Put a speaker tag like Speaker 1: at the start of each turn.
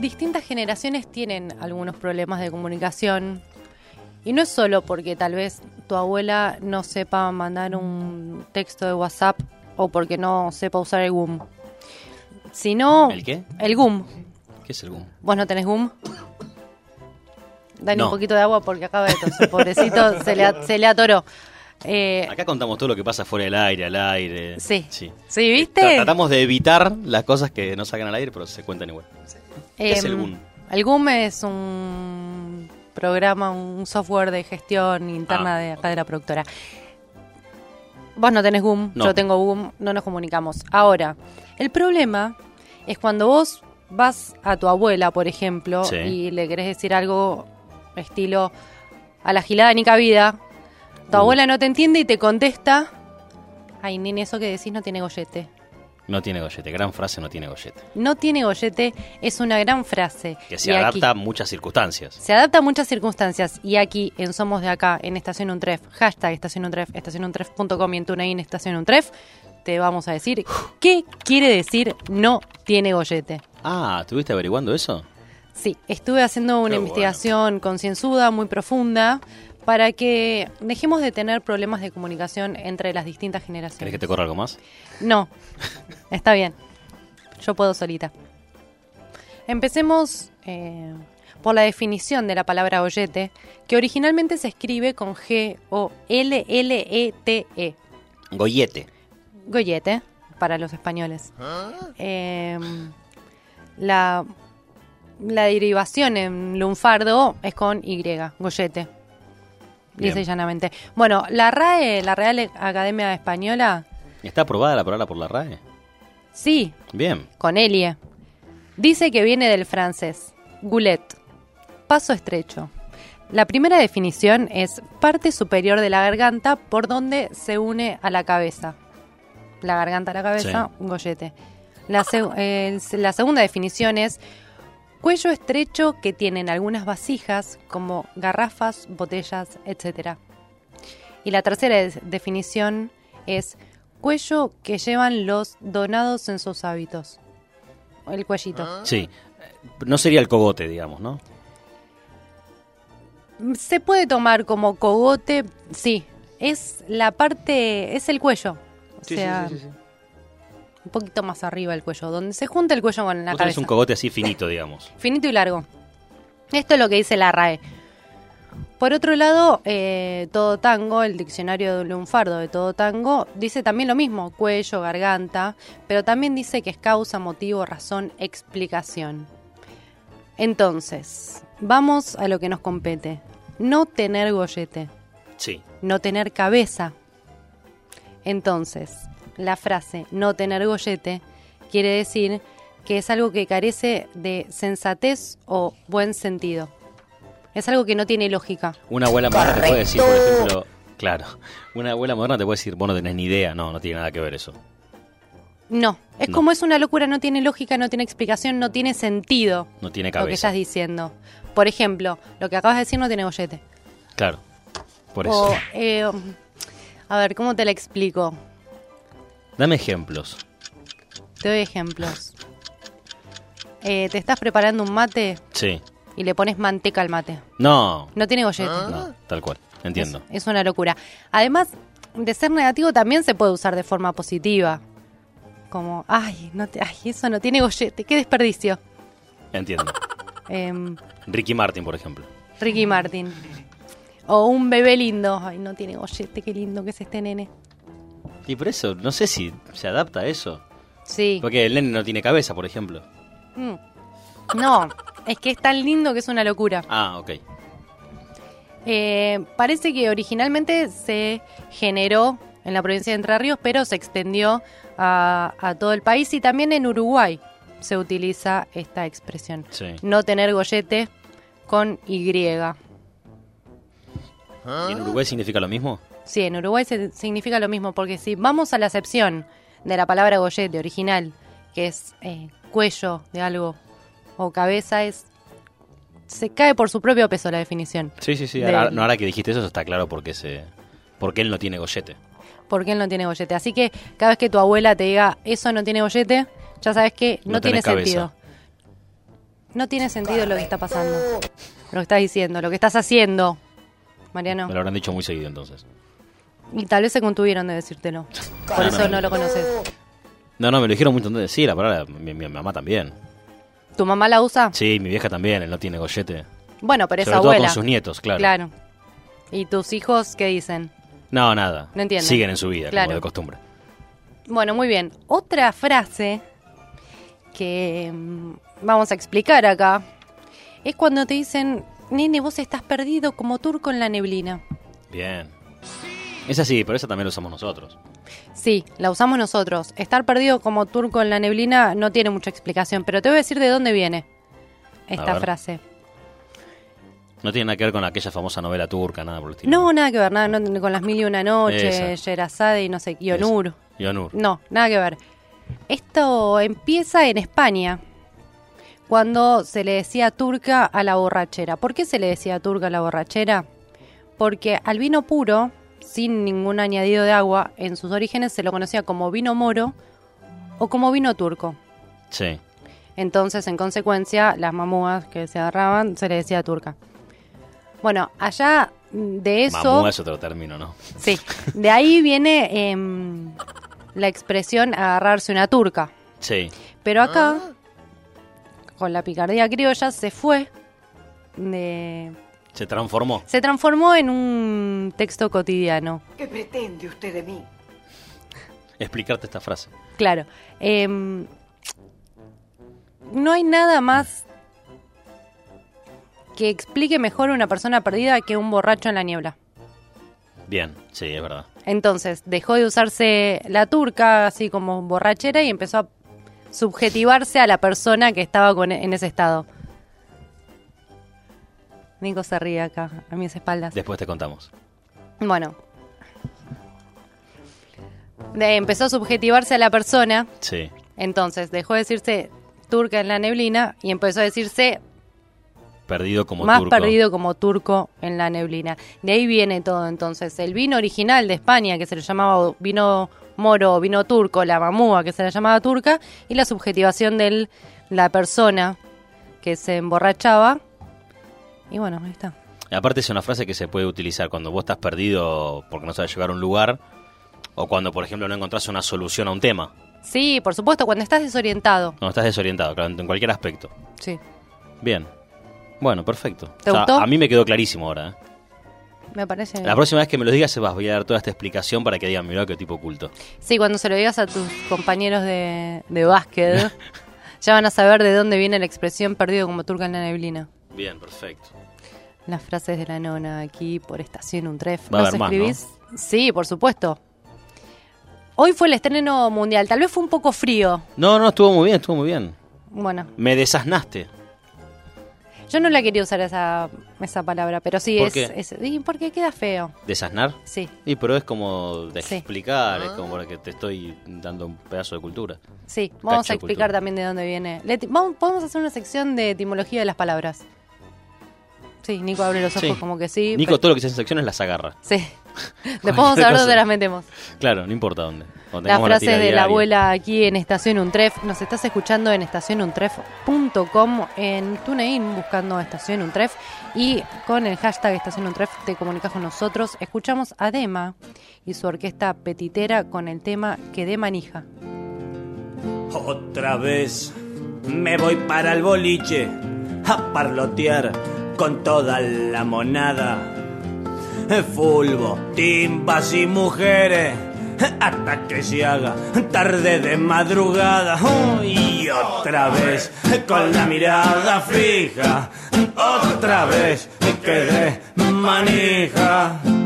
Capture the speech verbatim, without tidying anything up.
Speaker 1: distintas generaciones tienen algunos problemas de comunicación. Y no es solo porque tal vez tu abuela no sepa mandar un texto de WhatsApp o porque no sepa usar el G U M. Sino...
Speaker 2: ¿El qué?
Speaker 1: El G U M.
Speaker 2: ¿Qué es el G U M?
Speaker 1: ¿Vos no tenés G U M? Dale
Speaker 2: No.
Speaker 1: un poquito de agua porque acaba de toser. Pobrecito, se le, se le atoró. Eh,
Speaker 2: Acá contamos todo lo que pasa fuera del aire, al aire.
Speaker 1: Sí.
Speaker 2: Sí,
Speaker 1: ¿Sí, viste?
Speaker 2: Tra- Tratamos de evitar las cosas que no sacan al aire, pero se cuentan igual. ¿Qué
Speaker 1: eh,
Speaker 2: es el G U M?
Speaker 1: El G U M es un programa, un software de gestión interna
Speaker 2: Ah,
Speaker 1: de acá
Speaker 2: ok.
Speaker 1: de la productora. Vos no tenés G U M,
Speaker 2: No.
Speaker 1: yo tengo G U M, no nos comunicamos. Ahora, el problema es cuando vos vas a tu abuela, por ejemplo,
Speaker 2: Sí.
Speaker 1: y le querés decir algo estilo a la gilada ni cabida, tu
Speaker 2: Uh.
Speaker 1: abuela no te entiende y te contesta, ay, nene, eso que decís no tiene gollete.
Speaker 2: No tiene gollete. Gran frase, no tiene gollete.
Speaker 1: No tiene gollete es una gran frase.
Speaker 2: Que se
Speaker 1: Y aquí-
Speaker 2: adapta a muchas circunstancias.
Speaker 1: Se adapta a muchas circunstancias y aquí en Somos de Acá, en Estación Untref, hashtag Estación Untref, estación untref punto com y en TuneIn Estación Untref, te vamos a decir qué quiere decir no tiene gollete.
Speaker 2: Ah, ¿estuviste averiguando eso?
Speaker 1: Sí, estuve haciendo una
Speaker 2: Qué
Speaker 1: investigación concienzuda, muy profunda, para que dejemos de tener problemas de comunicación entre las distintas generaciones.
Speaker 2: ¿Querés que te corra algo más?
Speaker 1: No, está bien. Yo puedo solita. Empecemos eh, por la definición de la palabra gollete, que originalmente se escribe con G o L L E T E.
Speaker 2: Gollete.
Speaker 1: Gollete, para los españoles. Eh, la, la derivación en lunfardo es con Y, gollete. Lisa y
Speaker 2: Bien.
Speaker 1: llanamente. Bueno, la RAE, la Real Academia Española,
Speaker 2: ¿Está aprobada la palabra por la RAE?
Speaker 1: sí,
Speaker 2: Bien.
Speaker 1: con Elie. Dice que viene del francés, goulet, paso estrecho. La primera definición es parte superior de la garganta por donde se une a la cabeza. La garganta a la cabeza, un gollete. La, seg- eh, la segunda definición es cuello estrecho que tienen algunas vasijas como garrafas, botellas, etcétera. Y la tercera des- definición es cuello que llevan los donados en sus hábitos. El cuellito.
Speaker 2: Sí. No sería el cogote, digamos, ¿no?
Speaker 1: Se puede tomar como cogote, sí. Es la parte, es el cuello. O sea, un poquito más arriba el cuello, donde se junta el cuello con la
Speaker 2: Vos tenés
Speaker 1: cabeza.
Speaker 2: un cogote así finito, digamos.
Speaker 1: Finito y largo. Esto es lo que dice la RAE. Por otro lado, eh, todo tango, el diccionario de lunfardo de todo tango, dice también lo mismo, cuello, garganta, pero también dice que es causa, motivo, razón, explicación. Entonces, vamos a lo que nos compete. No tener gollete,
Speaker 2: Sí.
Speaker 1: no tener cabeza. Entonces, la frase no tener gollete quiere decir que es algo que carece de sensatez o buen sentido. Es algo que no tiene lógica.
Speaker 2: Una abuela moderna te puede decir, por ejemplo... Claro. Una abuela moderna te puede decir, vos no tenés ni idea. No, no tiene nada que ver eso.
Speaker 1: No, es
Speaker 2: No.
Speaker 1: como es una locura, no tiene lógica, no tiene explicación, no tiene sentido
Speaker 2: No tiene
Speaker 1: lo que
Speaker 2: cabeza.
Speaker 1: estás diciendo. Por ejemplo, lo que acabas de decir no tiene gollete.
Speaker 2: Claro. Por eso.
Speaker 1: O, eh, a ver, ¿cómo te la explico?
Speaker 2: Dame ejemplos.
Speaker 1: Te doy ejemplos. Eh, te estás preparando un mate
Speaker 2: Sí.
Speaker 1: y le pones manteca al mate.
Speaker 2: No.
Speaker 1: No tiene gollete.
Speaker 2: No, tal cual. Entiendo.
Speaker 1: Es, es una locura. Además de ser negativo, también se puede usar de forma positiva. Como, ay, no te, ay eso no tiene gollete, qué desperdicio.
Speaker 2: Entiendo.
Speaker 1: Em,
Speaker 2: Ricky Martin, por ejemplo.
Speaker 1: Ricky Martin. O un bebé lindo. Ay, no tiene gollete, qué lindo que es este nene.
Speaker 2: Y por eso, no sé si se adapta a eso.
Speaker 1: Sí.
Speaker 2: Porque el nene no tiene cabeza, por ejemplo.
Speaker 1: Mm. No, es que es tan lindo que es una locura.
Speaker 2: Ah, ok.
Speaker 1: Eh, parece que originalmente se generó en la provincia de Entre Ríos, pero se extendió a, a todo el país y también en Uruguay se utiliza esta expresión.
Speaker 2: Sí.
Speaker 1: No tener gollete con Y.
Speaker 2: ¿Y en Uruguay significa lo mismo?
Speaker 1: Sí, en Uruguay se- significa lo mismo, porque si vamos a la acepción de la palabra gollete original, que es eh, cuello de algo o cabeza, es se cae por su propio peso la definición.
Speaker 2: Sí, sí, sí.
Speaker 1: Del-
Speaker 2: Ahora, no, ahora que dijiste eso está claro por qué, se, por qué él no tiene gollete.
Speaker 1: Porque él no tiene gollete. Así que cada vez que tu abuela te diga eso no tiene gollete, ya sabes que no,
Speaker 2: No
Speaker 1: tiene
Speaker 2: tenés cabeza.
Speaker 1: sentido. no tiene sentido lo que está pasando. Lo que estás diciendo, lo que estás haciendo, Mariano.
Speaker 2: Me lo habrán dicho muy seguido entonces.
Speaker 1: Y tal vez se contuvieron de decírtelo. Por
Speaker 2: No,
Speaker 1: eso
Speaker 2: no,
Speaker 1: no lo conoces.
Speaker 2: No, no, me lo dijeron mucho antes. Sí, la palabra, mi, mi mamá también.
Speaker 1: ¿Tu mamá la usa?
Speaker 2: Sí, mi vieja también, él no tiene gollete.
Speaker 1: Bueno, pero es
Speaker 2: Sobre todo
Speaker 1: abuela.
Speaker 2: con sus nietos, claro.
Speaker 1: Claro. ¿Y tus hijos qué dicen?
Speaker 2: No, nada.
Speaker 1: No entienden.
Speaker 2: Siguen en su vida,
Speaker 1: Claro.
Speaker 2: como de costumbre.
Speaker 1: Bueno, muy bien. Otra frase que mm, vamos a explicar acá es cuando te dicen, nene, vos estás perdido como turco en la neblina.
Speaker 2: Bien. Esa sí, pero esa también la usamos nosotros.
Speaker 1: Sí, la usamos nosotros. Estar perdido como turco en la neblina no tiene mucha explicación, pero te voy a decir de dónde viene esta
Speaker 2: ver.
Speaker 1: frase.
Speaker 2: No tiene nada que ver con aquella famosa novela turca, nada por el estilo.
Speaker 1: No, nada que ver, nada no, con las mil y una noches,
Speaker 2: Esa.
Speaker 1: Sherazade y no sé, y Onur.
Speaker 2: Yonur.
Speaker 1: No, nada que ver. Esto empieza en España, cuando se le decía turca a la borrachera. ¿Por qué se le decía turca a la borrachera? Porque al vino puro, sin ningún añadido de agua, en sus orígenes se lo conocía como vino moro o como vino turco.
Speaker 2: Sí.
Speaker 1: Entonces, en consecuencia, las mamúas que se agarraban se le decía turca. Bueno, allá de eso...
Speaker 2: Mamúa es otro término, ¿no?
Speaker 1: Sí, de ahí viene eh, la expresión agarrarse una turca.
Speaker 2: Sí.
Speaker 1: Pero acá, con la picardía criolla, se fue de...
Speaker 2: Se transformó.
Speaker 1: Se transformó en un texto cotidiano.
Speaker 3: ¿Qué pretende usted de mí?
Speaker 2: Explicarte esta frase.
Speaker 1: Claro. Eh, no hay nada más que explique mejor una persona perdida que un borracho en la niebla.
Speaker 2: Bien, sí, es verdad.
Speaker 1: Entonces, dejó de usarse la turca así como borrachera y empezó a subjetivarse a la persona que estaba con, en ese estado. Nico se ríe acá, a mis espaldas.
Speaker 2: Después te contamos.
Speaker 1: Bueno. De, empezó a subjetivarse a la persona,
Speaker 2: Sí.
Speaker 1: entonces dejó de decirse turca en la neblina y empezó a decirse
Speaker 2: Perdido como
Speaker 1: más
Speaker 2: turco.
Speaker 1: perdido como turco en la neblina. De ahí viene todo entonces. El vino original de España, que se le llamaba vino moro o vino turco, la mamúa, que se le llamaba turca, y la subjetivación de la persona que se emborrachaba. Y bueno, ahí está.
Speaker 2: Aparte es una frase que se puede utilizar cuando vos estás perdido porque no sabes llegar a un lugar o cuando, por ejemplo, no encontrás una solución a un tema.
Speaker 1: Sí, por supuesto, cuando estás desorientado.
Speaker 2: Cuando estás desorientado, claro, en cualquier aspecto.
Speaker 1: Sí.
Speaker 2: Bien. Bueno, perfecto.
Speaker 1: ¿Te
Speaker 2: O sea,
Speaker 1: gustó?
Speaker 2: a mí me quedó clarísimo ahora. ¿eh?
Speaker 1: Me parece.
Speaker 2: La próxima vez que me lo digas, vas, voy a dar toda esta explicación para que digan, mirá qué tipo oculto.
Speaker 1: Sí, cuando se lo digas a tus compañeros de, de básquet, ya van a saber de dónde viene la expresión perdido como turca en la neblina.
Speaker 2: Bien, perfecto.
Speaker 1: Las frases de la nona aquí por Estación Untref.
Speaker 2: Va a
Speaker 1: ¿Nos
Speaker 2: haber más,
Speaker 1: escribís? Sí, por supuesto. Hoy fue el estreno mundial. Tal vez fue un poco frío.
Speaker 2: No, no, estuvo muy bien, estuvo muy bien.
Speaker 1: Bueno,
Speaker 2: Me desasnaste.
Speaker 1: yo no la quería usar esa, esa palabra, pero sí,
Speaker 2: ¿Por
Speaker 1: es,
Speaker 2: qué?
Speaker 1: es... ¿Y por qué queda feo?
Speaker 2: ¿Desasnar?
Speaker 1: Sí,
Speaker 2: Y pero es como de
Speaker 1: Sí.
Speaker 2: explicar, es como para que te estoy dando un pedazo de cultura.
Speaker 1: sí. Vamos
Speaker 2: Cacho
Speaker 1: a
Speaker 2: de
Speaker 1: explicar
Speaker 2: cultura.
Speaker 1: también de dónde viene. La eti- vamos, podemos hacer una sección de etimología de las palabras. Sí, Nico abre los ojos
Speaker 2: Sí.
Speaker 1: como que sí.
Speaker 2: Nico
Speaker 1: pero-
Speaker 2: todo lo que se hace en secciones las agarra.
Speaker 1: Sí. Después vamos a ver
Speaker 2: cosa.
Speaker 1: dónde las metemos.
Speaker 2: Claro, no importa dónde. Cuando
Speaker 1: Las
Speaker 2: tengamos
Speaker 1: frases
Speaker 2: tira
Speaker 1: de la
Speaker 2: diaria.
Speaker 1: abuela aquí en Estación Untref. Nos estás escuchando en estación untref punto com, en TuneIn buscando Estación Untref y con el hashtag Estación Untref te comunicas con nosotros. Escuchamos a Dema y su orquesta petitera con el tema Que dé manija.
Speaker 4: Otra vez me voy para el boliche a parlotear con toda la monada. Fulbo, timbas y mujeres hasta que se haga tarde de madrugada. Oh, y otra vez con la mirada fija, otra vez quedé manija.